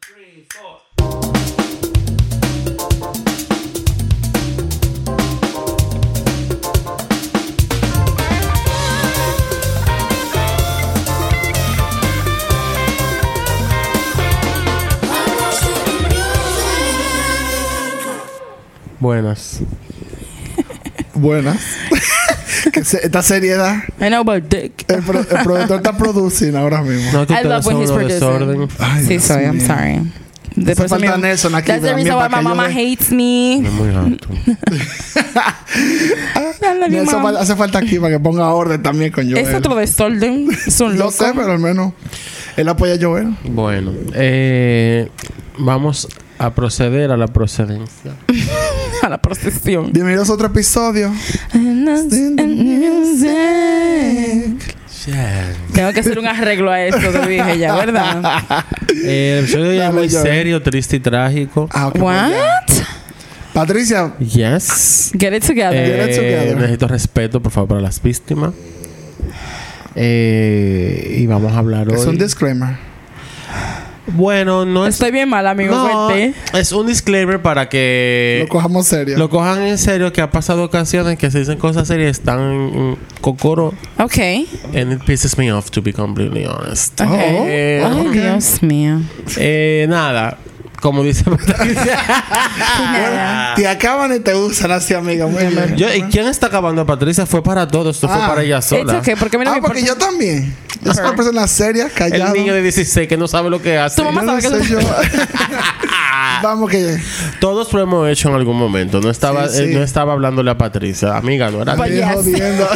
3, 4. Buenas. Buenas. Esta seriedad. I know about dick. El productor está produciendo ahora mismo. No, que I ustedes love when son he's unos producing. desorden. Ay, Sí, Dios soy. I'm mío. sorry. Hace Después falta también- Nelson aquí That's the también reason why para my que yo mama vea. hates me. Es muy alto. I love you, Nelson mom. hace falta aquí para que ponga orden también con Joel. Es otro desorden. Es un Yo loco. sé, pero al menos él apoya a Joel. Bueno, vamos a proceder a la procedencia. A la procesión. Bienvenidos a otro episodio. Tengo que hacer un arreglo a esto, te dije ya, ¿verdad? El episodio de hoy es Dale, muy Joel. serio, triste y trágico. Ah, ok, What? pues ya. Patricia, Yes. Get it together. Get it together. Necesito respeto, por favor, para las víctimas. Y vamos a hablar hoy. es un disclaimer. Bueno, no es. Estoy bien mal, amigo. No, Cuente. es un disclaimer para que Lo cojamos serio. lo cojan en serio, que ha pasado ocasiones que se dicen cosas serias, están cocoro. Ok. And it pisses me off, to be completely honest. Ok. Eh, Ay, ok. Dios mío. Nada, como dice Patricia. Te acaban y te usan así, amiga. Muy bien. ¿Y quién está acabando a Patricia? Fue para todos, esto fue Ah. para ella It's sola. okay, porque a mí no me Porque importa. yo también. Yo soy una persona seria, El callada. niño de 16 que no sabe lo que hace. Tu mamá Yo no sabe que sé yo. Vamos que Todos lo hemos hecho en algún momento. No estaba, Sí, sí. no estaba hablándole a Patricia. Amiga, no era But así. yes. jodiendo.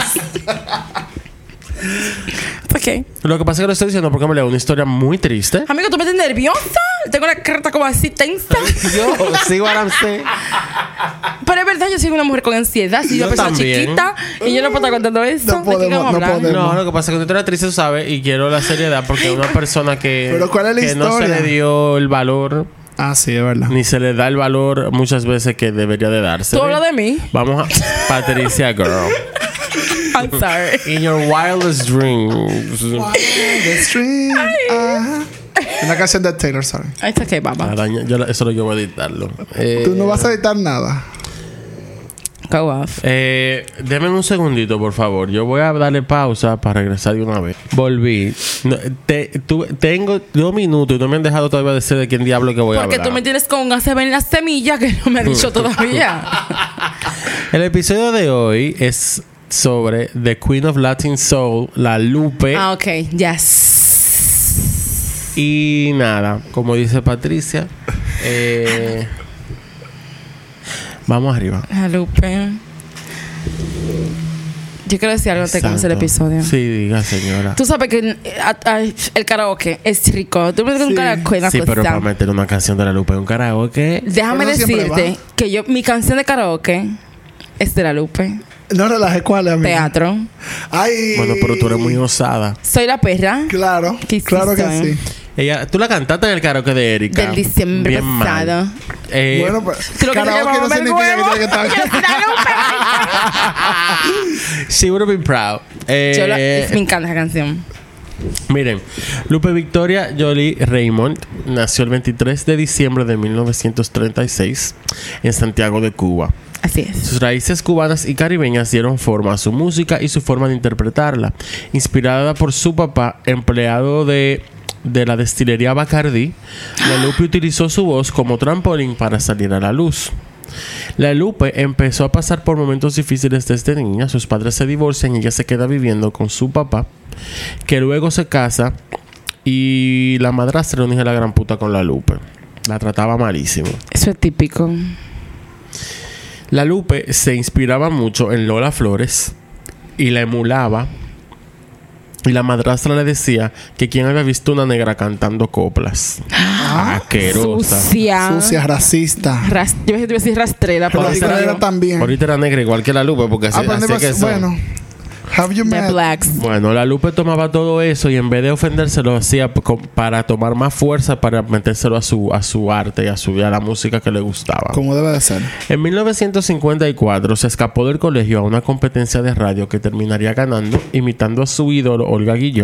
Ok. Lo que pasa es que lo estoy diciendo porque me leo una historia muy triste. Amigo, ¿tú me estás nerviosa? Tengo la carta como así tensa. Yo sí, what I'm saying. Pero es verdad, yo soy una mujer con ansiedad. Si yo Yo una persona también. chiquita y yo no puedo estar contando eso. No ¿de qué podemos, vamos a no hablar? podemos. No, lo que pasa es que una historia triste, tú sabes, y quiero la seriedad porque una persona que, Pero ¿cuál es la que no se historia? le dio el valor, Ah, sí, es verdad. ni se le da el valor muchas veces que debería de darse. ¿Tú hablas de mí? Vamos a Patricia Girl. I'm sorry. In your wildest dreams. The Stream. Ajá. Una canción de Taylor, sorry. It's okay, baba. Eso yo voy a editarlo. Tú no vas a editar nada. Go off. Deme un segundito, por favor. Yo voy a darle pausa para regresar de una vez. Volví. No, tengo 2 minutos y no me han dejado todavía decir de quién diablo que voy a Porque hablar. tú me tienes con un ACB en la semilla que no me ha dicho todavía. El episodio de hoy es sobre The Queen of Latin Soul, La Lupe. Ah, ok. Yes. Y nada, como dice Patricia, vamos arriba. La Lupe. Yo quiero decir algo antes de comenzar el Exacto. episodio. Sí, diga, señora. Tú sabes que el karaoke es rico. Tú me dices un karaoke, una Sí, pero cosa. para meter una canción de La Lupe en un karaoke. Déjame Pero no siempre decirte que mi canción de karaoke es de La Lupe. No relajes, ¿cuál es, amigo? Teatro. Ay. Bueno, pero tú eres muy osada. Soy la perra Claro, ¿Qué claro que hiciste? sí. Tú la cantaste en el karaoke de Erika. del diciembre Bien mal. pasado. Bueno, pues. Tú lo que Karaoke quieres no es significa que tiene que estar Yo soy La She would have been proud. Lupe. Me encanta esa canción. Miren, Lupe Victoria Jolie Raymond nació el 23 de diciembre de 1936 en Santiago de Cuba. Así es. Sus raíces cubanas y caribeñas dieron forma a su música y su forma de interpretarla. Inspirada por su papá, empleado de la destilería Bacardí, La Lupe utilizó su voz como trampolín para salir a la luz. La Lupe empezó a pasar por momentos difíciles desde niña. Sus padres se divorcian y ella se queda viviendo con su papá, que luego se casa, y la madrastra era una hija de la gran puta con la Lupe. La trataba malísimo. Eso es típico. La Lupe se inspiraba mucho en Lola Flores y la emulaba. Y la madrastra le decía que quien había visto una negra cantando coplas. Asquerosa. Sucia. Sucia, racista. Yo iba a decir rastrera, pero Pero digo era yo. también. Ahorita era negra igual que la Lupe porque así Aprendemos- que son. bueno. Have you The met? blacks. Bueno, la Lupe tomaba todo eso y en vez de ofenderse lo hacía para tomar más fuerza para metérselo a su arte y a la música que le gustaba. Como debe de ser. En 1954 se escapó del colegio a una competencia de radio que terminaría ganando, imitando a su ídolo Olga Guillón.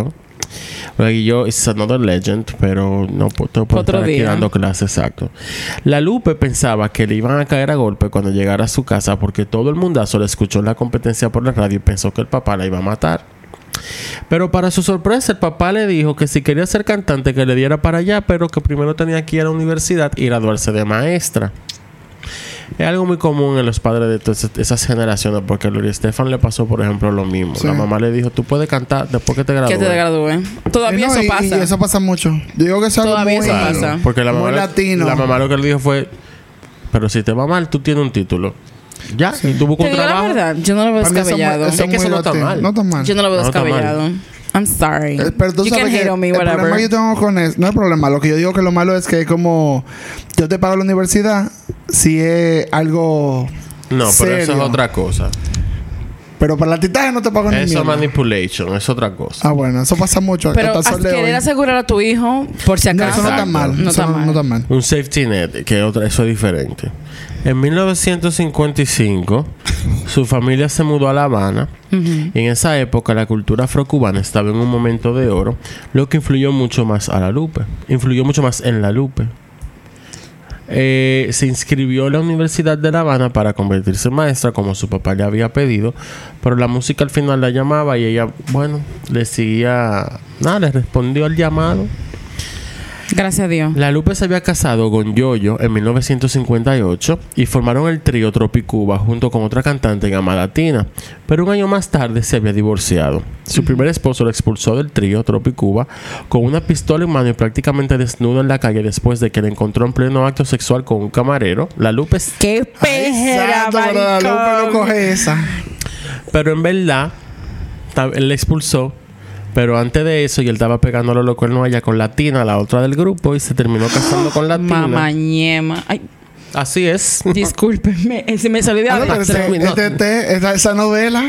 Y yo, it's another legend, pero no te puedo Otro estar aquí día. dando clases, exacto. La Lupe pensaba que le iban a caer a golpe cuando llegara a su casa porque todo el mundazo le escuchó en la competencia por la radio y pensó que el papá la iba a matar. Pero para su sorpresa, el papá le dijo que si quería ser cantante que le diera para allá, pero que primero tenía que ir a la universidad y graduarse de maestra. Es algo muy común en los padres de todas esas generaciones, porque a Gloria Estefan le pasó, por ejemplo, lo mismo. Sí. La mamá le dijo, tú puedes cantar después que te gradúes. Que te gradúe. Todavía No, eso y pasa. eso pasa mucho. Yo digo que eso es algo Todavía muy, eso pasa. Porque la mamá, muy latino. la mamá lo que le dijo fue, pero si te va mal, tú tienes un título. Ya, y tú buscas Te un digo la trabajo. verdad, yo no lo veo Para mí eso es muy- descabellado. eso Es que muy eso no está latino. mal. No está mal. Yo no lo veo No está mal. descabellado. I'm sorry. Pero tú You can sabes que hate on me, el problema whatever. que yo tengo con eso, no hay problema. Lo que yo digo que lo malo es que como yo te pago la universidad, si es algo No, pero eso es serio. otra cosa. Pero para la titaje no te pago ni Eso es mierda. manipulation, es otra cosa. Ah, bueno, eso pasa mucho. Pero Hasta el sol de querer hoy. asegurar a tu hijo, por si No, acaso. eso no está Exacto. mal. No Eso está mal. no está mal. Un safety net, que eso es diferente. En 1955, su familia se mudó a La Habana. Y en esa época, la cultura afrocubana estaba en un momento de oro, lo que influyó mucho más a la Lupe. Influyó mucho más en la Lupe. Se inscribió en la Universidad de La Habana para convertirse en maestra, como su papá le había pedido. Pero la música al final la llamaba y ella, bueno, le seguía... Nada, le respondió al llamado. Gracias a Dios. La Lupe se había casado con Yoyo en 1958 y formaron el trío Tropicuba junto con otra cantante llamada Tina. Pero un año más tarde se había divorciado. Su primer esposo lo expulsó del trío Tropicuba con una pistola en mano y prácticamente desnudo en la calle después de que le encontró en pleno acto sexual con un camarero. La Lupe... ¡Qué pejera, Exacto, pero la Lupe no maricón! coge esa. Pero en verdad, él le expulsó. Pero antes de eso, y él estaba pegándolo los cuernos allá con la Tina, la otra del grupo, y se terminó casando con la Tina. Mamañema. Ay, Así es. discúlpeme. Se me salió de Ah, no, pero adentro. esa novela.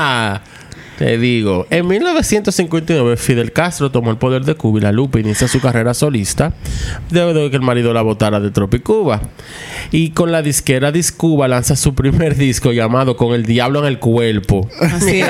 Te digo, en 1959 Fidel Castro tomó el poder de Cuba y la Lupe inicia su carrera solista luego de que el marido la botara de Tropicuba. Y con la disquera Discuba lanza su primer disco llamado Con el Diablo en el Cuerpo. Así es.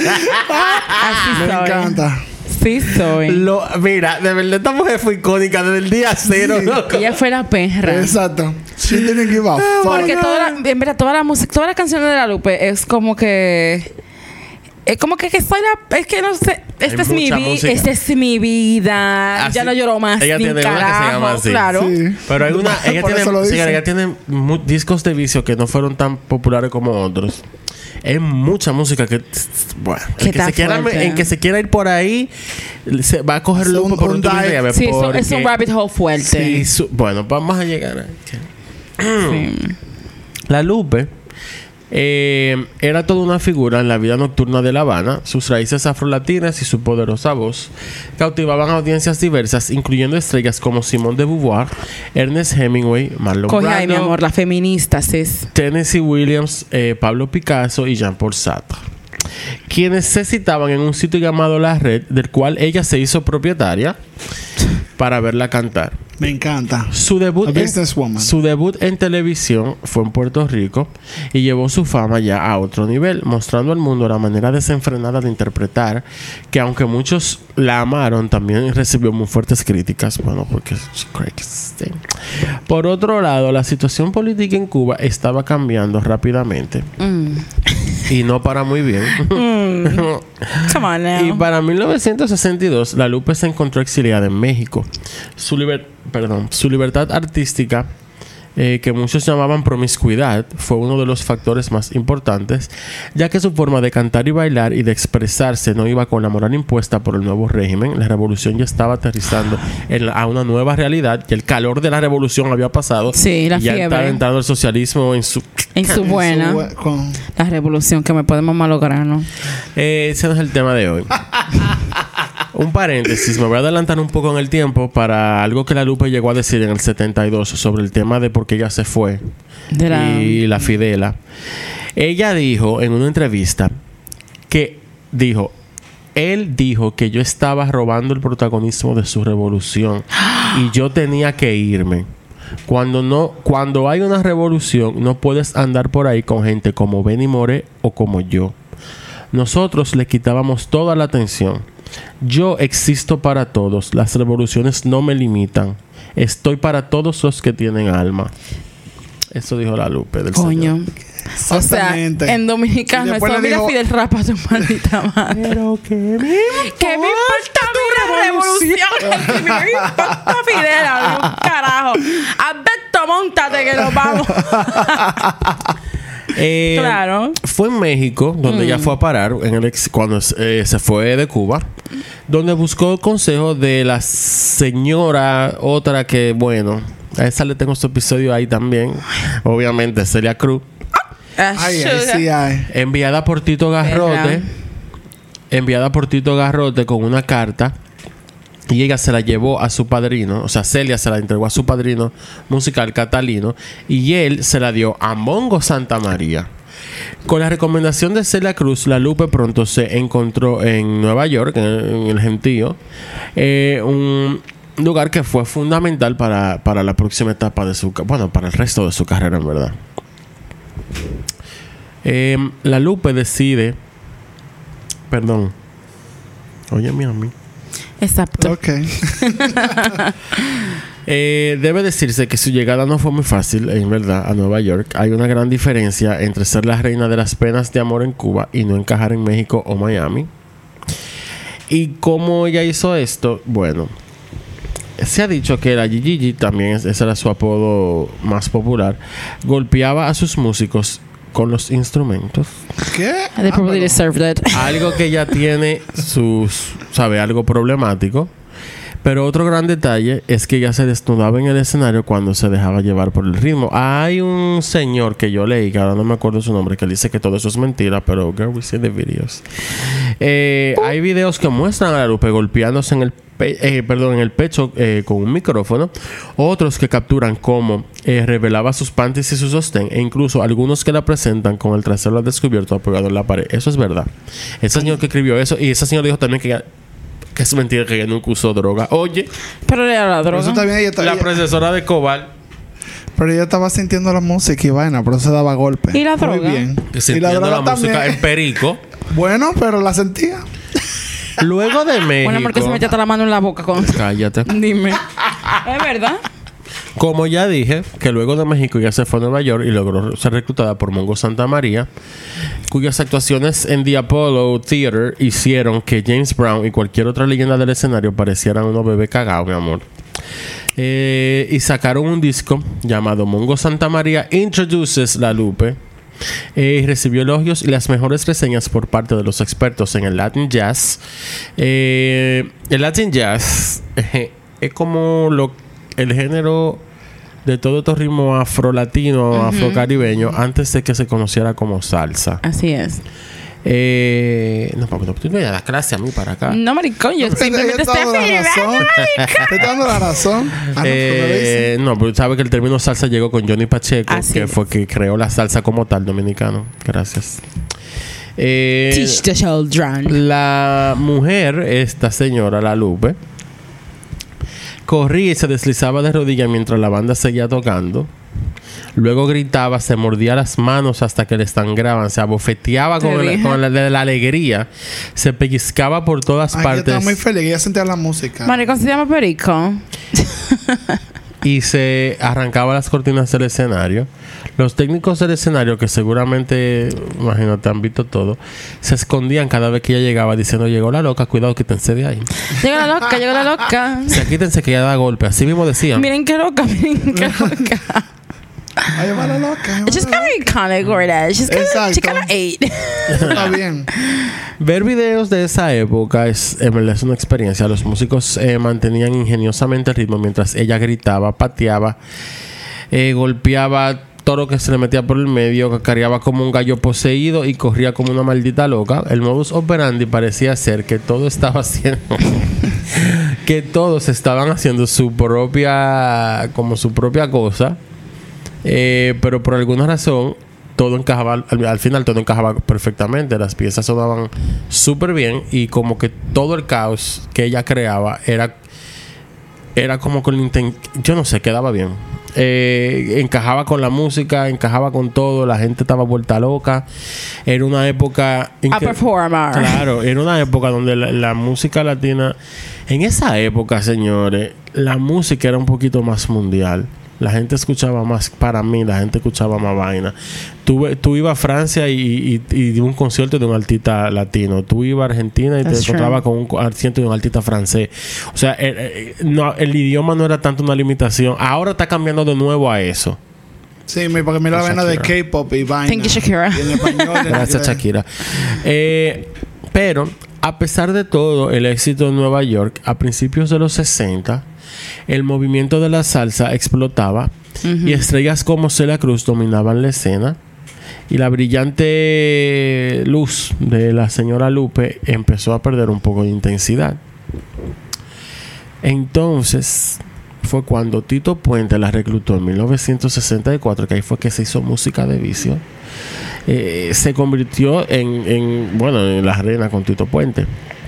Así Me soy. encanta. Sí soy. Mira, de verdad esta mujer fue icónica desde el día cero. loco. Ella fue la perra. Exacto. She didn't give a fuck. Porque en verdad, toda la música, todas las canciones de la Lupe es como que... Es como que soy la... Es que no sé... Esta es mi mucha vida. música. Esta es mi vida. Así- Ya no lloro más. Ella ni tiene una que se carajo, llama así. Claro. Sí. Pero hay una... Ella Por tiene, eso lo dice. señora, ella tiene discos de vicio que no fueron tan populares como otros. Es mucha música que... Bueno, Que el que, está se quiera, fuerte. en que se quiera ir por ahí, se va a coger Es lupo por un un dive. Sí, es un rabbit hole fuerte. Sí, bueno, vamos a llegar a... Sí. La Lupe era toda una figura en la vida nocturna de La Habana. Sus raíces afrolatinas y su poderosa voz cautivaban a audiencias diversas, incluyendo estrellas como Simone de Beauvoir, Ernest Hemingway, Marlon Coge ahí, mi Brando, amor, la feminista, sis. Tennessee Williams, Pablo Picasso y Jean-Paul Sartre, quienes se citaban en un sitio llamado La Red, del cual ella se hizo propietaria para verla cantar. Me encanta. Su A debut businesswoman. en televisión fue en Puerto Rico y llevó su fama ya a otro nivel, mostrando al mundo la manera desenfrenada de interpretar, que aunque muchos la amaron, también recibió muy fuertes críticas. Bueno, porque es crazy. Por otro lado, la situación política en Cuba estaba cambiando rápidamente y no para muy bien. Come on now. Y para 1962, la Lupe se encontró exiliada en México. Su libertad artística, que muchos llamaban promiscuidad, fue uno de los factores más importantes, ya que su forma de cantar y bailar y de expresarse no iba con la moral impuesta por el nuevo régimen. La revolución ya estaba aterrizando a una nueva realidad y el calor de la revolución había pasado. Sí, la y ya fiebre. estaba entrando el socialismo en su... En su buena. La revolución que me podemos malograr, ¿no? Ese no es el tema de hoy. Un paréntesis, me voy a adelantar un poco en el tiempo para algo que la Lupe llegó a decir en el 72 sobre el tema de por qué ella se fue y la Fidela. Ella dijo en una entrevista que él dijo que yo estaba robando el protagonismo de su revolución y yo tenía que irme. Cuando hay una revolución, no puedes andar por ahí con gente como Benny Moré o como yo. Nosotros le quitábamos toda la atención. Yo existo para todos. Las revoluciones no me limitan. Estoy para todos los que tienen alma. Eso dijo la Lupe del Coño. Señor. O sea, en dominicano, Y después eso le mira dijo- Fidel Rapa su maldita madre. Pero que me ¿Qué me importa a mí la revolución? ¿Qué me importa Fidel? A mí un carajo. Alberto, móntate que nos vamos. Claro. Fue en México donde ella fue a parar cuando se fue de Cuba, donde buscó consejo de la señora otra que, bueno, a esa le tengo su episodio ahí también, obviamente Celia Cruz, Ay, sí hay. enviada por Tito Garrote, con una carta. Y ella se la llevó a su padrino, o sea, Celia se la entregó a su padrino musical Catalino, y él se la dio a Mongo Santamaría. Con la recomendación de Celia Cruz, la Lupe pronto se encontró en Nueva York, en el Gentío, un lugar que fue fundamental para la próxima etapa de para el resto de su carrera, en verdad. La Lupe decide, óyeme a mí. Exacto. Ok. Debe decirse que su llegada no fue muy fácil, en verdad, a Nueva York. Hay una gran diferencia entre ser la reina de las penas de amor en Cuba y no encajar en México o Miami. ¿Y cómo ella hizo esto? Bueno, se ha dicho que la Gigi, también ese era su apodo más popular, golpeaba a sus músicos con los instrumentos. ¿Qué? They probably deserved it. Algo que ya tiene algo problemático. Pero otro gran detalle es que ella se desnudaba en el escenario cuando se dejaba llevar por el ritmo. Hay un señor que yo leí, que ahora no me acuerdo su nombre, que dice que todo eso es mentira, pero girl, we see the videos. Hay videos que muestran a la Lupe golpeándose en el pecho con un micrófono. Otros que capturan cómo revelaba sus panties y su sostén. E incluso algunos que la presentan con el trasero al descubierto apoyado en la pared. Eso es verdad. Ese señor que escribió eso, y ese señor dijo también que es mentira, que ella nunca usó droga. Oye, Pero era la Pero droga. eso está bien, la profesora de Cobal, pero ella estaba sintiendo la música y vaina, pero se daba golpe. ¿Y la Muy droga? bien. que Y sintiendo la música también. en perico. Bueno, pero la sentía. Luego de México. Bueno, porque se metía hasta la mano en la boca con... Cállate. Dime. ¿Es verdad? Como ya dije, que luego de México ya se fue a Nueva York y logró ser reclutada por Mongo Santamaría, cuyas actuaciones en The Apollo Theater hicieron que James Brown y cualquier otra leyenda del escenario parecieran unos bebés cagados, mi amor. Y sacaron un disco llamado Mongo Santamaría Introduces La Lupe. Y recibió elogios y las mejores reseñas por parte de los expertos en el Latin Jazz. El Latin Jazz es como el género de todo este ritmo afro-latino, afro-caribeño, antes de que se conociera como salsa. Así es. No, porque tú me das la clase a mí para acá. No, maricón, yo simplemente Te estoy está dando la razón. Te está dando la razón. No, pero sabes que el término salsa llegó con Johnny Pacheco, Así que es. fue que creó la salsa como tal dominicano. Gracias. Teach the children. La mujer, esta señora, la Lupe, corría y se deslizaba de rodillas mientras la banda seguía tocando. Luego gritaba, se mordía las manos hasta que le sangraban, se abofeteaba con la alegría, se pellizcaba por todas Ella partes estaba muy feliz. Ella sentía la música. Maricón se llama Perico. y se arrancaba las cortinas del escenario. Los técnicos del escenario, que seguramente, imagínate, han visto todo, se escondían cada vez que ella llegaba diciendo: llegó la loca, cuidado, quítense de ahí. Llegó la loca, llegó la loca. O sea, quítense que ella da golpe. Así mismo decían. Miren qué loca, miren qué loca. Ay, va la loca. She's kind of gorda. She's kind of ate. Está bien. Ver videos de esa época en verdad es una experiencia. Los músicos mantenían ingeniosamente el ritmo mientras ella gritaba, pateaba, golpeaba todo lo que se le metía por el medio, cacareaba como un gallo poseído y corría como una maldita loca. El modus operandi parecía ser que todo estaba haciendo que todos estaban haciendo su propia cosa, pero por alguna razón todo encajaba, al final todo encajaba perfectamente. Las piezas sonaban súper bien y como que todo el caos que ella creaba era como con yo no sé, quedaba bien. encajaba con la música, encajaba con todo, la gente estaba vuelta loca. Era una época A performer. Claro, era una época donde la música latina, en esa época, señores, la música era un poquito más mundial. La gente escuchaba más, para mí, la gente escuchaba más vaina. Tú ibas a Francia y de un concierto de un artista latino. Tú ibas a Argentina y te encontrabas con un concierto de un artista francés. O sea, el idioma no era tanto una limitación. Ahora está cambiando de nuevo a eso. Sí, porque mira la vaina de K-pop y vaina. Thank you, Shakira. Y en español. Gracias, Shakira. Pero, a pesar de todo el éxito en Nueva York, a principios de los 60... el movimiento de la salsa explotaba y estrellas como Celia Cruz dominaban la escena y la brillante luz de la señora Lupe empezó a perder un poco de intensidad. Entonces fue cuando Tito Puente la reclutó en 1964, que ahí fue que se hizo Música de Vicio. Se convirtió en la reina con Tito Puente.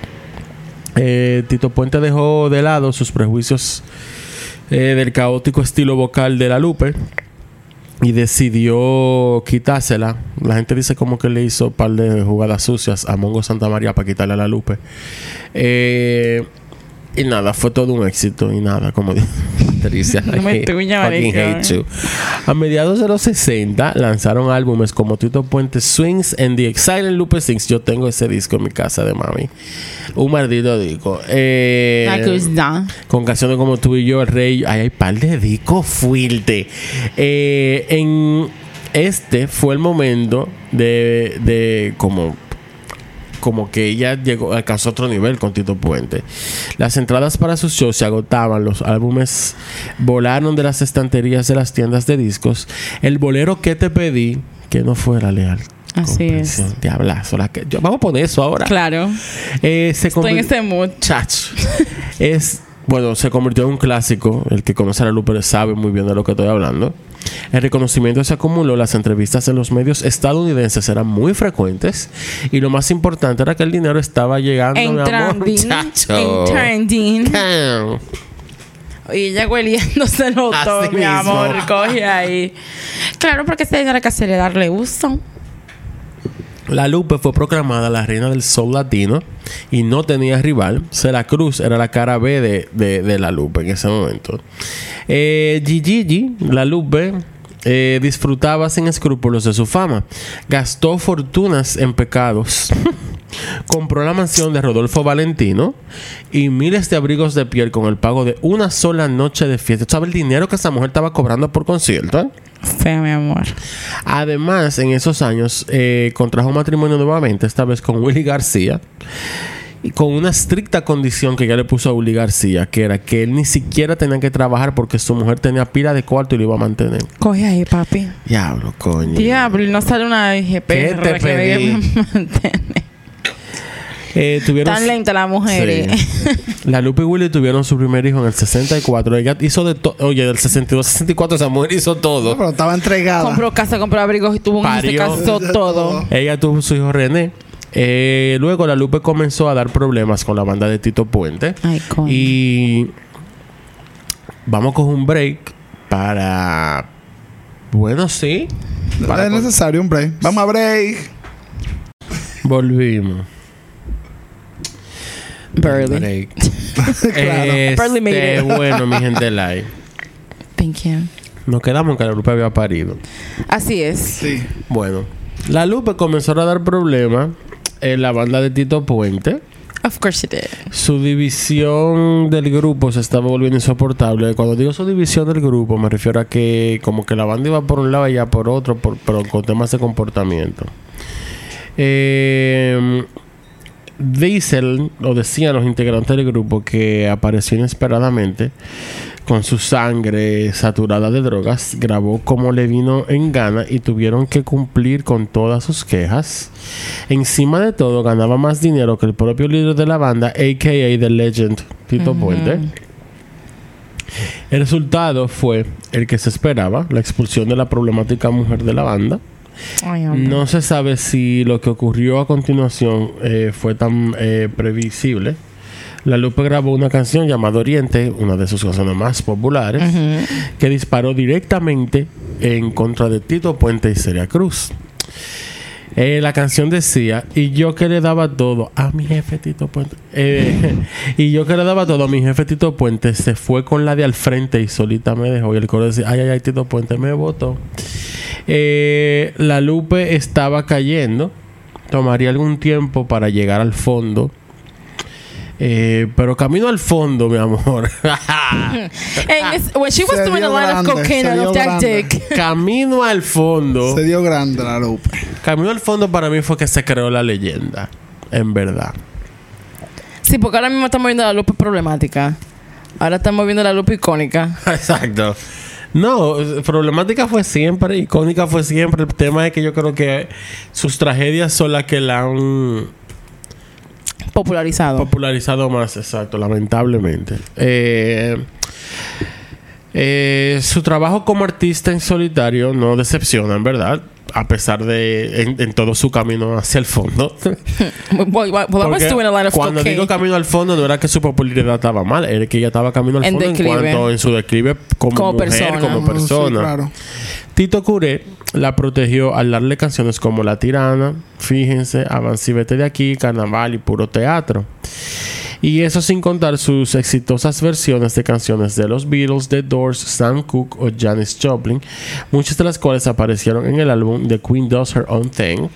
Tito Puente dejó de lado sus prejuicios del caótico estilo vocal de la Lupe y decidió quitársela. La gente dice como que le hizo un par de jugadas sucias a Mongo Santamaría para quitarle a la Lupe. Y nada, fue todo un éxito. Y nada, como dice Patricia, No me tuya, marica. a mediados de los 60 lanzaron álbumes como Tito Puente Swings and The Exciting Lupe Sings. Yo tengo ese disco en mi casa de mami. Un maldito disco. Con canciones como Tú y Yo, El Rey. Ay, hay par de discos fuerte. En este fue el momento de como que ella alcanzó otro nivel con Tito Puente. Las entradas para sus shows se agotaban, los álbumes volaron de las estanterías de las tiendas de discos. El bolero Que Te Pedí, que no fuera leal. Así es. Diablazo. Vamos a poner eso ahora. Claro. Estoy en ese mood. Chacho. Se convirtió en un clásico. El que conoce a la Lupe sabe muy bien de lo que estoy hablando. El reconocimiento se acumuló. Las entrevistas en los medios estadounidenses eran muy frecuentes. Y lo más importante era que el dinero estaba llegando. En trending. Y ella hueliéndoselo todo, Así mi mismo. amor. Coge ahí. Claro, porque ese dinero hay que hacerle darle uso. La Lupe fue proclamada la reina del soul latino y no tenía rival. Celia Cruz era la cara B de la Lupe en ese momento. Gigi, la Lupe, disfrutaba sin escrúpulos de su fama. Gastó fortunas en pecados. Compró la mansión de Rodolfo Valentino y miles de abrigos de piel con el pago de una sola noche de fiesta. ¿Sabes el dinero que esa mujer estaba cobrando por concierto? Fea, mi amor. Además, en esos años contrajo matrimonio nuevamente, esta vez con Willy García, y con una estricta condición que ya le puso a Willy García, que era que él ni siquiera tenía que trabajar porque su mujer tenía pila de cuarto y lo iba a mantener. Coge ahí, papi. Diablo, coño. Diablo, y no sale una IGP ¿Qué te pedí? Tan lenta la mujer. Sí. La Lupe y Willy tuvieron su primer hijo en el 64. Ella hizo de todo. Oye, del 62 al 64 esa mujer hizo todo. No, pero estaba entregada. Compró casa, compró abrigos y tuvo un hijo, se casó todo. Ella tuvo su hijo René. Luego la Lupe comenzó a dar problemas con la banda de Tito Puente. Ay, coño. Y vamos con un break para... Bueno, sí. Es necesario un break. Vamos a break. Volvimos. Burley. Claro. Burley made it. Bueno, mi gente live. Thank you. Nos quedamos en que la Lupe había parido. Así es. Sí. Bueno, la Lupe comenzó a dar problemas en la banda de Tito Puente. Of course it did. Su división del grupo se estaba volviendo insoportable. Cuando digo su división del grupo, me refiero a que como que la banda iba por un lado y ya por otro, pero con temas de comportamiento. Decían los integrantes del grupo que apareció inesperadamente con su sangre saturada de drogas, grabó como le vino en gana y tuvieron que cumplir con todas sus quejas. Encima de todo, ganaba más dinero que el propio líder de la banda, a.k.a. The Legend, Tito Puente. El resultado fue el que se esperaba, la expulsión de la problemática mujer de la banda. Ay, hombre. No se sabe si lo que ocurrió a continuación fue tan previsible La Lupe grabó una canción llamada Oriente, una de sus canciones más populares, que disparó directamente en contra de Tito Puente y Celia Cruz. La canción decía, y yo que le daba todo a mi jefe Tito Puente, y yo que le daba todo a mi jefe Tito Puente, se fue con la de al frente y solita me dejó. Y el coro decía, ay, ay, ay, Tito Puente me votó. La Lupe estaba cayendo, tomaría algún tiempo para llegar al fondo. Pero camino al fondo, mi amor. When she was doing a lot of cocaine and of that dick. Camino al fondo. Se dio grande la Lupe. Camino al fondo para mí fue que se creó la leyenda. En verdad. Sí, porque ahora mismo estamos viendo la Lupe problemática. Ahora estamos viendo la Lupe icónica. Exacto. No, problemática fue siempre, icónica fue siempre. El tema es que yo creo que sus tragedias son las que la han popularizado más, exacto, lamentablemente. Su trabajo como artista en solitario no decepciona, en verdad, a pesar de en todo su camino hacia el fondo. Cuando digo camino al fondo, no era que su popularidad estaba mal, era que ella estaba camino al fondo en su declive como mujer, como persona. Sí, claro. Tito Curé la protegió al darle canciones como La Tirana, Fíjense, Avance y Vete de Aquí, Carnaval y Puro Teatro. Y eso sin contar sus exitosas versiones de canciones de los Beatles, The Doors, Sam Cooke o Janis Joplin, muchas de las cuales aparecieron en el álbum The Queen Does Her Own Thing.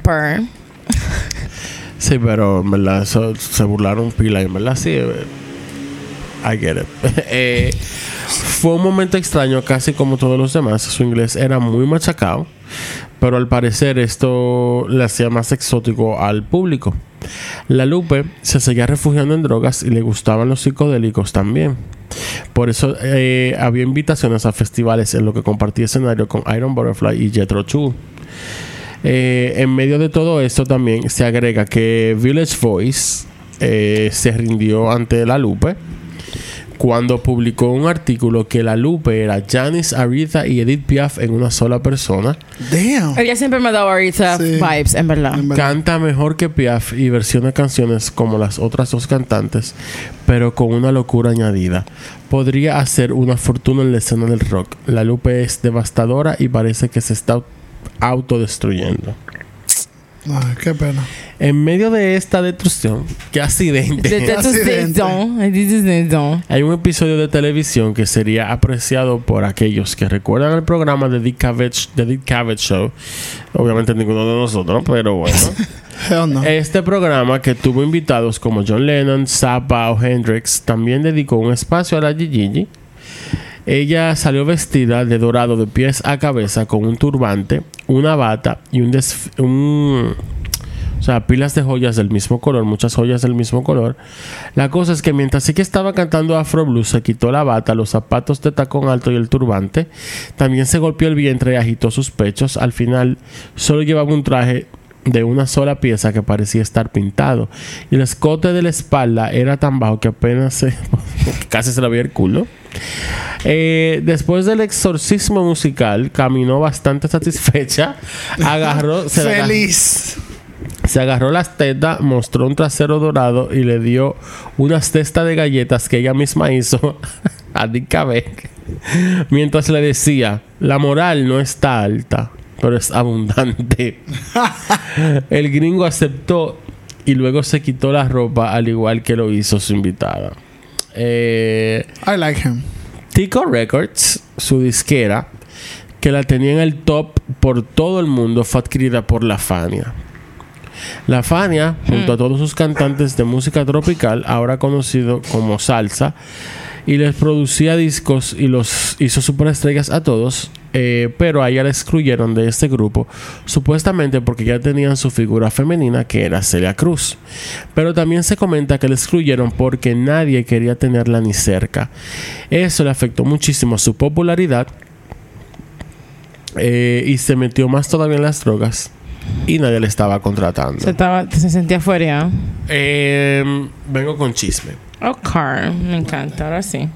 Sí, pero en verdad se burlaron pila, en verdad sí. I get it. Fue un momento extraño, casi como todos los demás. Su inglés era muy machacado, pero al parecer esto le hacía más exótico al público. La Lupe se seguía refugiando en drogas y le gustaban los psicodélicos también. Por eso había invitaciones a festivales en los que compartía escenario con Iron Butterfly y Jethro Tull. En medio de todo esto también se agrega que Village Voice se rindió ante la Lupe cuando publicó un artículo que la Lupe era Janis, Aretha y Edith Piaf en una sola persona. Damn. Ella siempre me ha dado Aretha vibes, en verdad. Canta mejor que Piaf y versiona canciones como las otras dos cantantes, pero con una locura añadida. Podría hacer una fortuna en la escena del rock. La Lupe es devastadora y parece que se está autodestruyendo. Ay, qué pena. En medio de esta destrucción, qué accidente. Hay un episodio de televisión que sería apreciado por aquellos que recuerdan el programa de Dick Cavett Show. Obviamente ninguno de nosotros, pero bueno. No. Este programa, que tuvo invitados como John Lennon, Zappa o Hendrix, también dedicó un espacio a la Gigi. Ella salió vestida de dorado de pies a cabeza con un turbante, una bata y pilas de joyas del mismo color, muchas joyas del mismo color. La cosa es que mientras sí que estaba cantando Afro Blues, se quitó la bata, los zapatos de tacón alto y el turbante. También se golpeó el vientre y agitó sus pechos. Al final solo llevaba un traje de una sola pieza que parecía estar pintado, y el escote de la espalda era tan bajo que apenas casi se le veía el culo. Después del exorcismo musical, caminó bastante satisfecha. Se agarró las tetas, mostró un trasero dorado y le dio unas cestas de galletas que ella misma hizo a Dick Cavett, mientras le decía: la moral no está alta, pero es abundante. El gringo aceptó y luego se quitó la ropa, al igual que lo hizo su invitada. I like him. Tico Records, su disquera, que la tenía en el top por todo el mundo, fue adquirida por la Fania. La Fania, junto a todos sus cantantes de música tropical, ahora conocido como salsa, y les producía discos y los hizo superestrellas a todos, pero a ella la excluyeron de este grupo, supuestamente porque ya tenían su figura femenina, que era Celia Cruz. Pero también se comenta que la excluyeron porque nadie quería tenerla ni cerca. Eso le afectó muchísimo su popularidad, y se metió más todavía en las drogas y nadie le estaba contratando. Se sentía fuera. Vengo con chisme. Ok, me encanta, ahora sí.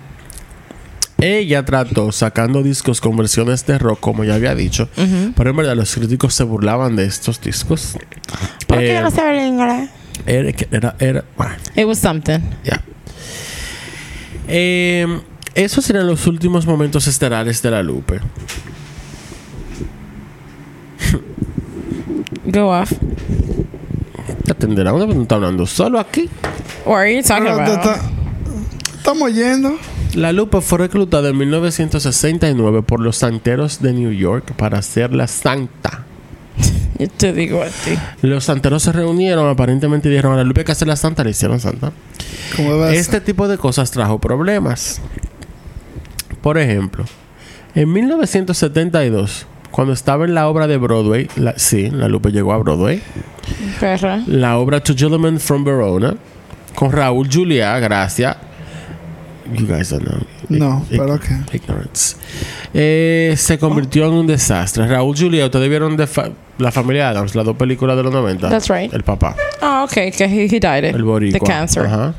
Ella trató sacando discos con versiones de rock, como ya había dicho, pero en verdad los críticos se burlaban de estos discos. ¿Por qué no saben inglés? Era bueno, It was something. ya. Esos serían los últimos momentos estelares de la Lupe. Go off. Te atenderá una, no está hablando solo aquí. What are you talking about? Estamos yendo. La Lupe fue reclutada en 1969 por los santeros de New York para ser la santa. Yo te digo a ti. Los santeros se reunieron, aparentemente dijeron a la Lupe que hacer la santa, le hicieron santa. ¿Cómo ves? Este tipo de cosas trajo problemas. Por ejemplo, en 1972, cuando estaba en la obra de Broadway, la Lupe llegó a Broadway, Perra. la obra Two Gentlemen from Verona, con Raúl Juliá, gracias. You guys don't know. No, pero qué. Ignorance. Se convirtió en un desastre. Raúl Juliá, ustedes vieron La Familia Adams, las dos películas de los 90. That's right. El papá. Oh, okay. Que he died. El boricua. The cancer. Ajá.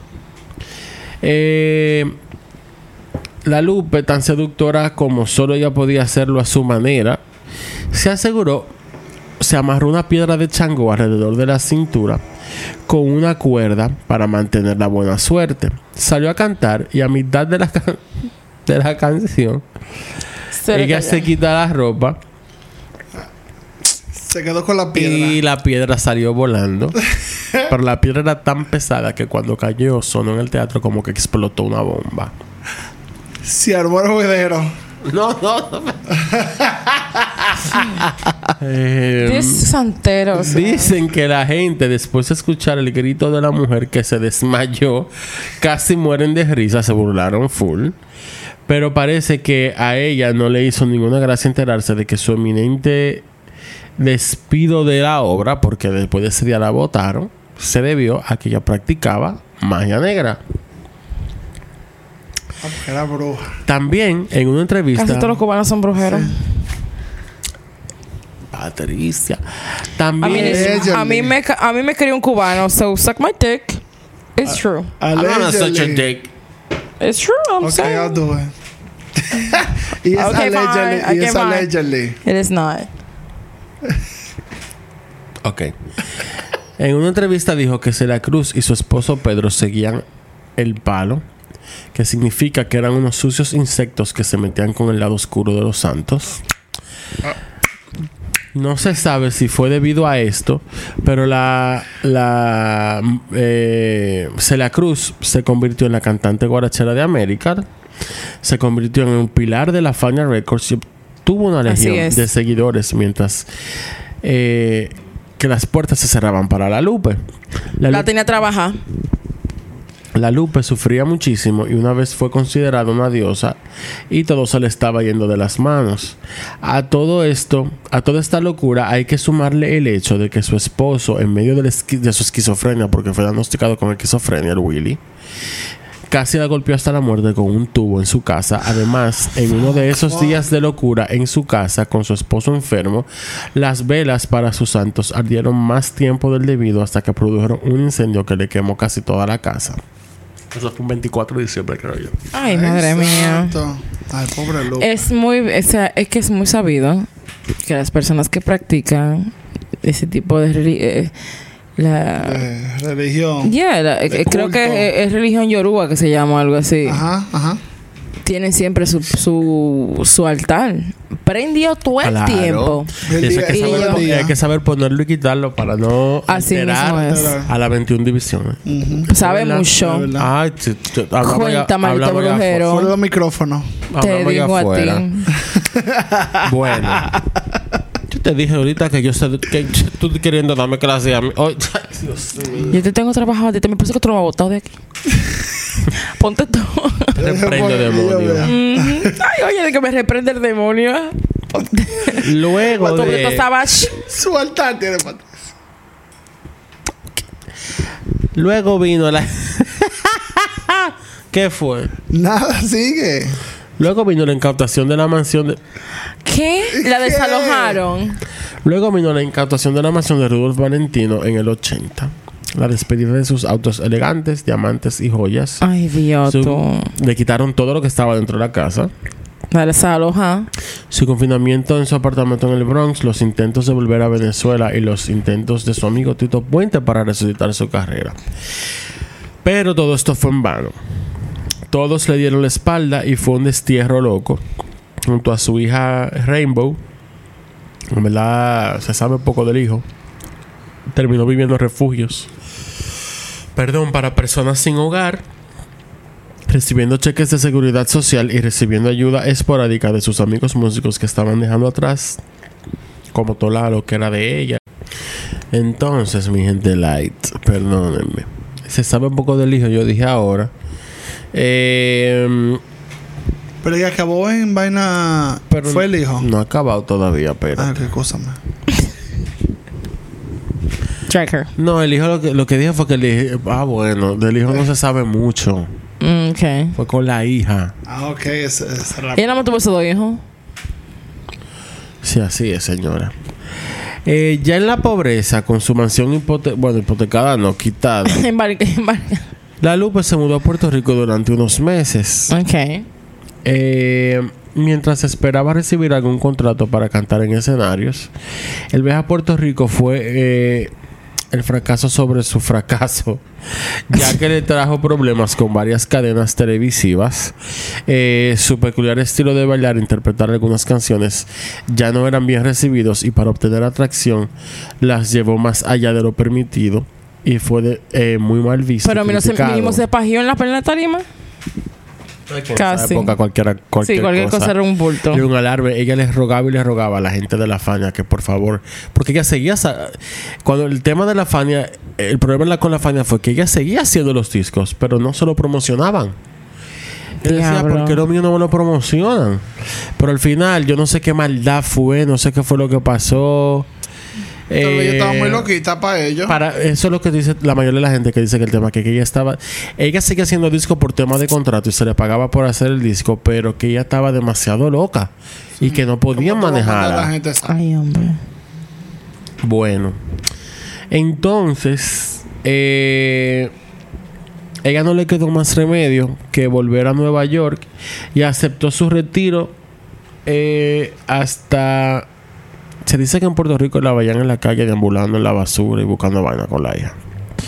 La Lupe, tan seductora como solo ella podía hacerlo a su manera, se amarró una piedra de chango alrededor de la cintura con una cuerda para mantener la buena suerte. Salió a cantar y a mitad de la canción ella se quita la ropa Se quedó con la piedra. y la piedra salió volando. Pero la piedra era tan pesada que cuando cayó sonó en el teatro como que explotó una bomba. Se armó el juidero. No. These santeros. Dicen que la gente, después de escuchar el grito de la mujer que se desmayó, casi mueren de risa, se burlaron full. Pero parece que a ella no le hizo ninguna gracia enterarse de que su eminente despido de la obra, porque después de ese día la botaron, se debió a que ella practicaba magia negra. Porque era bruja. También en una entrevista... Casi todos los cubanos son brujeros. Patricia. I También... mean, a mí me quería un cubano, so suck my dick. It's true. I'm not such a dick. It's true, I'm Okay, I'll saying. do it. Y es Okay, allegedly. fine. Y es Okay, fine. allegedly. It is not. Ok. En una entrevista dijo que Celia Cruz y su esposo Pedro seguían el palo, que significa que eran unos sucios insectos que se metían con el lado oscuro de los santos. No se sabe si fue debido a esto, pero Celia Cruz se convirtió en la cantante guarachera de América, se convirtió en un pilar de la Fania Records y tuvo una legión de seguidores mientras que las puertas se cerraban para la Lupe. La tenía trabajar. La Lupe sufría muchísimo y una vez fue considerada una diosa y todo se le estaba yendo de las manos. A todo esto, a toda esta locura hay que sumarle el hecho de que su esposo, en medio de su esquizofrenia, porque fue diagnosticado con esquizofrenia, el Willy, casi la golpeó hasta la muerte con un tubo en su casa. Además, en uno de esos días de locura en su casa con su esposo enfermo, las velas para sus santos ardieron más tiempo del debido hasta que produjeron un incendio que le quemó casi toda la casa. Eso fue un 24 de diciembre, creo yo. Ay, madre mía. Ay, pobre Lupe. Es que es muy sabido que las personas que practican ese tipo de religión. Creo que es religión yoruba que se llama algo así. Ajá. Tienen siempre su altar prendido todo el tiempo. Hay que saber ponerlo y quitarlo para no así alterar a las 21 divisiones. Sabe mucho. Ay, Cuéntame, maldito brujero. Fuera del micrófono. Te digo a ti. Bueno. Yo te dije ahorita que yo sé que tú queriendo darme clase a mí. Oh, Dios mío. Yo te tengo trabajado. Me parece que tú lo vas a botar de aquí. Ponte tú. Reprende demonio. Ay, oye, de que me reprende el demonio. Luego de... Su altar tiene patas. Luego vino la... ¿Qué fue? Nada, sigue. Luego vino la incautación de la mansión de... ¿Qué? La desalojaron. Luego vino la incautación de la mansión de Rudolf Valentino en el 80. La despedida de sus autos elegantes, diamantes y joyas. Ay, Dios. Le quitaron todo lo que estaba dentro de la casa. La desaloja. Su confinamiento en su apartamento en el Bronx, los intentos de volver a Venezuela y los intentos de su amigo Tito Puente para resucitar su carrera. Pero todo esto fue en vano. Todos le dieron la espalda y fue un destierro loco. Junto a su hija Rainbow, en verdad se sabe poco del hijo, terminó viviendo en refugios para personas sin hogar, recibiendo cheques de seguridad social y recibiendo ayuda esporádica de sus amigos músicos que estaban dejando atrás, como toda lo que era de ella. Entonces, mi gente light, perdónenme, se sabe un poco del hijo, yo dije ahora. Pero ella acabó en vaina. Pero fue el hijo. No ha acabado todavía, pero. Ah, qué cosa más. Tracker. No, el hijo lo que dijo fue que bueno, del hijo no se sabe mucho. Okay. Fue con la hija. Ah, ok. ¿Ella nada más tuvo esos 2 hijos? Sí, así es, señora. Ya en la pobreza, con su mansión hipotecada, no, quitada. Embarca. La Lupe se mudó a Puerto Rico durante unos meses. Ok. Mientras esperaba recibir algún contrato para cantar en escenarios, el viaje a Puerto Rico fue el fracaso sobre su fracaso, ya que le trajo problemas con varias cadenas televisivas. Su peculiar estilo de bailar e interpretar algunas canciones ya no eran bien recibidos, y para obtener atracción las llevó más allá de lo permitido y fue muy mal visto. Pero mínimo se pajió en la plena tarima. Casi. Época, cualquier cosa era un bulto. Y un alarme. Ella les rogaba a la gente de la Fania que por favor, porque ella seguía cuando el tema de la Fania, el problema con la Fania fue que ella seguía haciendo los discos, pero no se lo promocionaban. Él decía, ¿por qué los míos no me lo promocionan? Pero al final yo no sé qué maldad fue, no sé qué fue lo que pasó. Tal vez ella estaba muy loquita para ellos. Eso es lo que dice la mayoría de la gente, que dice que el tema, que ella seguía haciendo disco por tema de contrato y se le pagaba por hacer el disco, pero que ella estaba demasiado loca y que no podían manejarla. Ay, hombre. Bueno, entonces ella no le quedó más remedio que volver a Nueva York y aceptó su retiro hasta... Se dice que en Puerto Rico la veían en la calle deambulando en la basura y buscando vaina con la hija.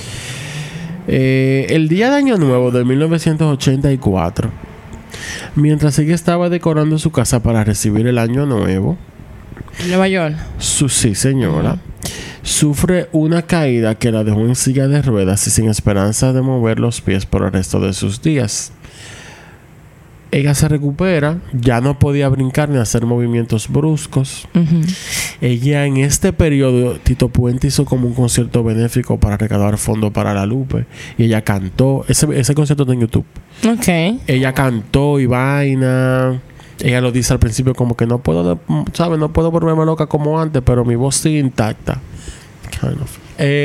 El día de Año Nuevo de 1984, mientras ella estaba decorando su casa para recibir el Año Nuevo, Nueva York. Sí, señora. Sufre una caída que la dejó en silla de ruedas y sin esperanza de mover los pies por el resto de sus días. Ella se recupera, ya no podía brincar ni hacer movimientos bruscos. Uh-huh. Ella en este periodo, Tito Puente hizo como un concierto benéfico para recaudar fondos para la Lupe. Y ella cantó. Ese concierto está en YouTube. Ok. Ella cantó y vaina. Ella lo dice al principio como que no puedo, ¿sabes? No puedo volverme loca como antes, pero mi voz sigue intacta. Kind of.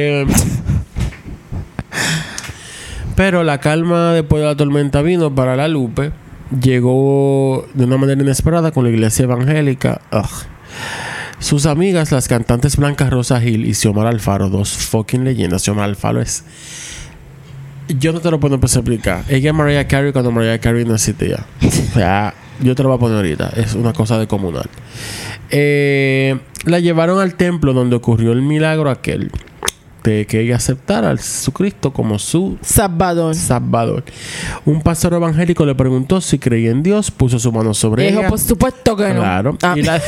Pero la calma después de la tormenta vino para la Lupe. Llegó de una manera inesperada con la iglesia evangélica. Sus amigas, las cantantes Blanca Rosa Gil y Xiomara Alfaro, 2 fucking leyendas. Xiomara Alfaro es... Yo no te lo puedo empezar a explicar. Ella es Mariah Carey cuando Mariah Carey no existía. O sea, yo te lo voy a poner ahorita. Es una cosa de comunal. La llevaron al templo donde ocurrió el milagro aquel de que ella aceptara a Jesucristo como su Salvador. Un pastor evangélico le preguntó si creía en Dios, puso su mano sobre ella. Dijo, por supuesto que no. Claro.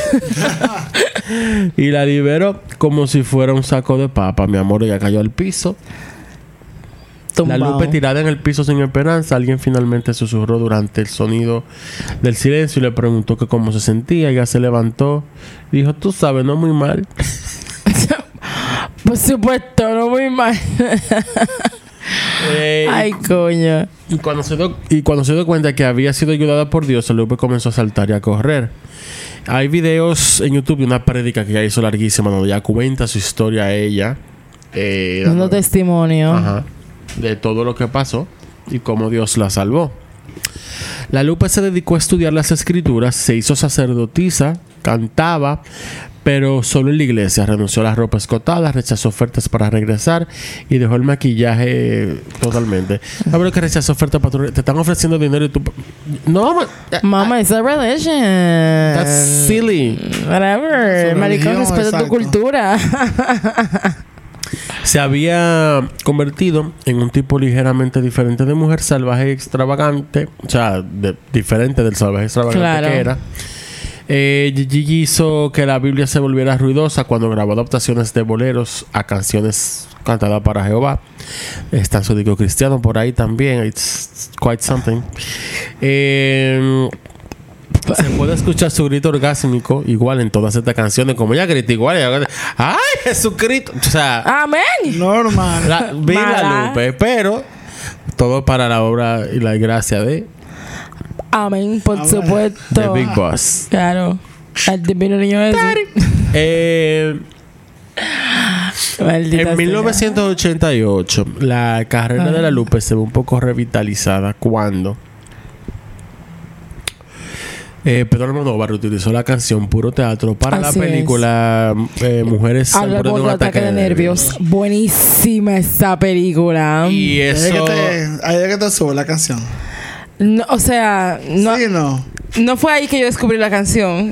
Y la liberó como si fuera un saco de papa. Mi amor, ella cayó al piso. Tumbao. La Lupe tirada en el piso sin esperanza. Alguien finalmente susurró durante el sonido del silencio y le preguntó que cómo se sentía. Ella se levantó y dijo, tú sabes, no muy mal. Por supuesto, no muy mal. Ay, coño. Y cuando se dio cuenta que había sido ayudada por Dios, la Lupe comenzó a saltar y a correr. Hay videos en YouTube de una prédica que ella hizo larguísima donde ella cuenta su historia a ella. Dando testimonio. Ajá. De todo lo que pasó y cómo Dios la salvó. La Lupe se dedicó a estudiar las escrituras, se hizo sacerdotisa, cantaba, pero solo en la iglesia. Renunció a la ropa escotada, rechazó ofertas para regresar y dejó el maquillaje totalmente. ¿Sabes que rechazó ofertas para tu... Te están ofreciendo dinero y tú... No, Mama, it's a religion. That's silly. Whatever. Maricón, respeta tu exacto. cultura. Se había convertido en un tipo ligeramente diferente de mujer, salvaje y extravagante. O sea, diferente del salvaje extravagante Claro. que era. Gigi hizo que la Biblia se volviera ruidosa cuando grabó adaptaciones de boleros a canciones cantadas para Jehová. Está en su disco cristiano por ahí también. It's quite something. Se puede escuchar su grito orgásmico igual en todas estas canciones. Como ella grita igual. ¡Ay, Jesucristo! O sea, Amén. Normal. vi la Mala. Lupe, pero todo para la obra y la gracia de Amén, por Amén. supuesto. The Big Boss. Claro. El divino niño ese. Maldita En sea. 1988, la carrera de la Lupe se ve un poco revitalizada cuando Pedro Almodóvar utilizó la canción Puro Teatro para la Así película Mujeres al Al borde de un ataque de nervios. Buenísima esa película. Y Ahí eso... es que te sube la canción. No, o sea, no, Sí, no. no fue ahí que yo descubrí la canción.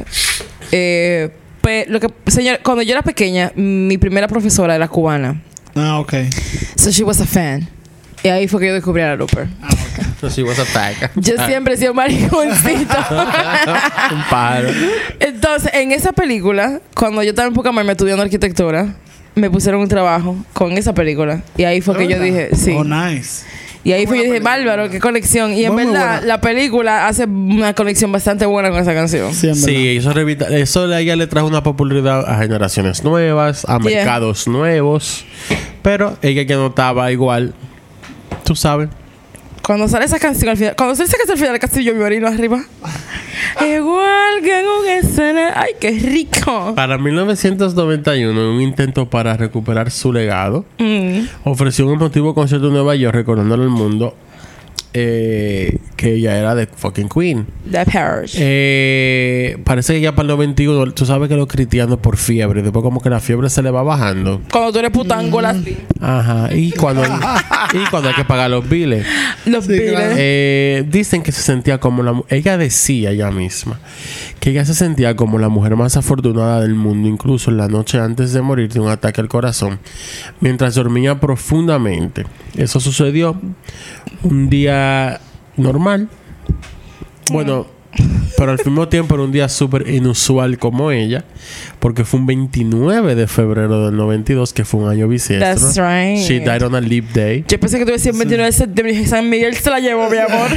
Señor, cuando yo era pequeña, mi primera profesora era cubana. Ah, ok. So she was a fan. Y ahí fue que yo descubrí a la Lupe. So she was a tag. Yo siempre he sido mariconcito. Un paro. Entonces, en esa película, cuando yo estaba en Pucamaima estudiando arquitectura, me pusieron un trabajo con esa película. Y ahí fue que yo dije, sí. Oh, nice. Y ahí fue que yo dije, bárbaro, qué conexión. Y en Muy verdad, buena. la película hace una conexión bastante buena con esa canción. Sí, en verdad. Sí, eso a ella le trajo una popularidad a generaciones nuevas, a Yeah. mercados nuevos. Pero ella ya no estaba igual. Tú sabes. Cuando sale esa canción al final, cuando sale esa canción al final, casi yo me orino arriba. Igual que en un escenario. ¡Ay, qué rico! Para 1991, en un intento para recuperar su legado, ofreció un emotivo concierto en Nueva York recordándole al mundo que ella era de fucking Queen. The Parish. Parece que ya para el 91, tú sabes que los cristianos por fiebre, después como que la fiebre se le va bajando. Cuando tú eres putangola así. Ajá. Y cuando hay que pagar los biles. Los Sí, biles. claro. Dicen que se sentía como ella decía ella misma que ella se sentía como la mujer más afortunada del mundo, incluso en la noche antes de morir de un ataque al corazón, mientras dormía profundamente. Eso sucedió un día normal. Bueno, pero al mismo tiempo era un día súper inusual como ella, porque fue un 29 de febrero del 92, que fue un año bisiesto. That's right. She died on a leap day. Yo pensé que tú decías 29 de septiembre y dije, San Miguel se la llevó, mi amor.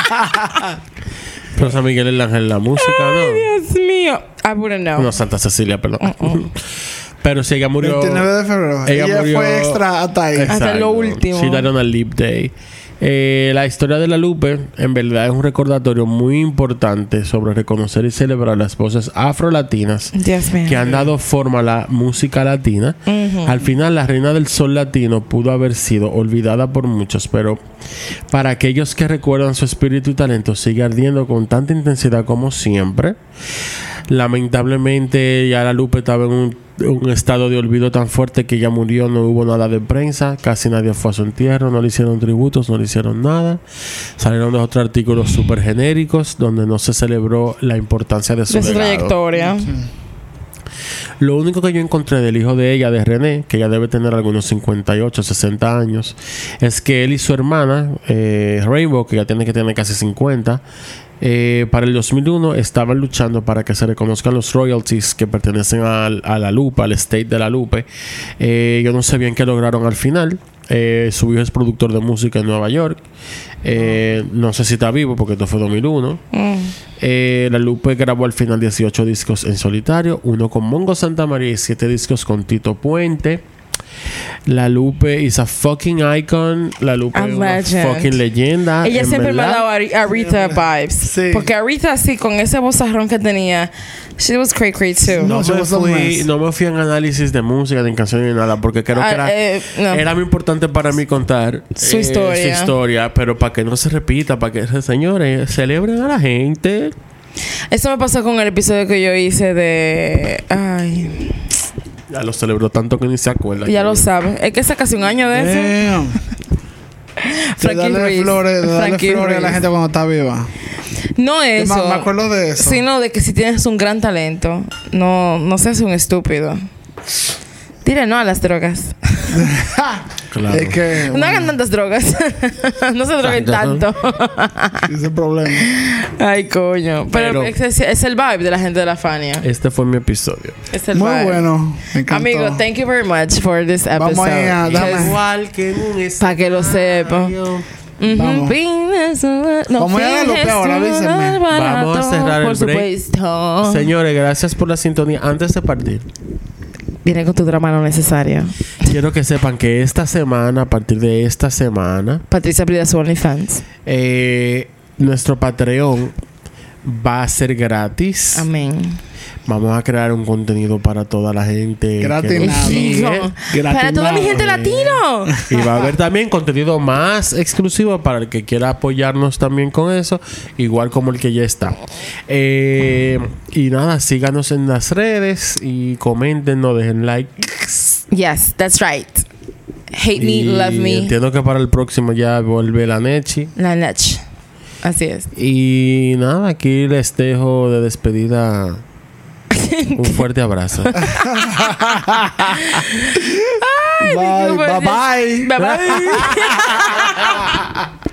Pero San Miguel es el ángel de la música, Ay, ¿no? Dios mío. I wouldn't know. No, Santa Cecilia, perdón. Pero si ella murió... 29 de febrero. Ella murió- fue extra hasta ahí. Exacto. Hasta lo último. She died on a leap day. La historia de la Lupe en verdad es un recordatorio muy importante sobre reconocer y celebrar las voces afrolatinas Dios mío. que han dado forma a la música latina. Al final, la reina del sol latino pudo haber sido olvidada por muchos, pero para aquellos que recuerdan su espíritu y talento, sigue ardiendo con tanta intensidad como siempre. Lamentablemente, ya la Lupe estaba en un estado de olvido tan fuerte que ya murió, no hubo nada de prensa, casi nadie fue a su entierro, no le hicieron tributos, no le hicieron nada. Salieron de otros artículos súper genéricos donde no se celebró la importancia de su De su legado. trayectoria. Lo único que yo encontré del hijo de ella, de René, que ella debe tener algunos 58, 60 años, es que él y su hermana, Rainbow, que ya tiene que tener casi 50, para el 2001 estaban luchando para que se reconozcan los royalties que pertenecen a la Lupe, al estate de la Lupe. Yo no sé bien qué lograron al final. Su hijo es productor de música en Nueva York. No sé si está vivo porque esto fue 2001. La Lupe grabó al final 18 discos en solitario, 1 con Mongo Santa María y 7 discos con Tito Puente. La Lupe is a fucking icon. La Lupe A es una legend. fucking leyenda. Ella en siempre me ha verdad. dado a Rita vibes. Sí. Porque Rita así, con ese vozarrón que tenía, she was cray cray too. No, No she me, was a mess. no me fui en análisis de música, de canciones ni nada, porque creo que no. era muy importante para mí contar Su historia. su historia, pero para que no se repita, para que, señores, celebren a la gente. Eso me pasó con el episodio que yo hice de... Ay, Ya lo celebró tanto que ni se acuerda. ya lo saben. Es que hace casi un año de eso. Damn. Frankie darle Ruiz. flores, de darle Frankie flores a la Ruiz. gente cuando está viva. No eso. Me acuerdo de eso. Sino de que si tienes un gran talento, no seas un estúpido. Dile no a las drogas. Claro. Es que... No hagan tantas drogas. No se droguen tanto. Ese es el problema. Ay, coño. Pero es el vibe de la gente de la Fania. Este fue mi episodio. Es el Muy vibe. bueno. Me encantó. Amigo, thank you very much for this episode. Vamos ahí a- dame. Igual que en un Para que lo sepa. Vamos. Vamos a darlo peor, avísenme. Vamos a cerrar el break. Supuesto. Señores, gracias por la sintonía. Antes de partir, Viene con tu drama no necesario. quiero que sepan que esta semana, a partir de esta semana, Patricia Prida su OnlyFans. nuestro Patreon va a ser gratis. Amén. Vamos a crear un contenido para toda la gente Gratis que nos nada. sigue. Para toda mi gente latino. Y va a haber también contenido más exclusivo para el que quiera apoyarnos también con eso, igual como el que ya está. Y nada, síganos en las redes y comenten, no dejen like. Yes, that's right. Hate me, Y love me. entiendo que para el próximo ya vuelve la Nechi. La Nach. Así es. Y nada, aquí les dejo de despedida un fuerte abrazo. Bye, bye, bye. Bye bye.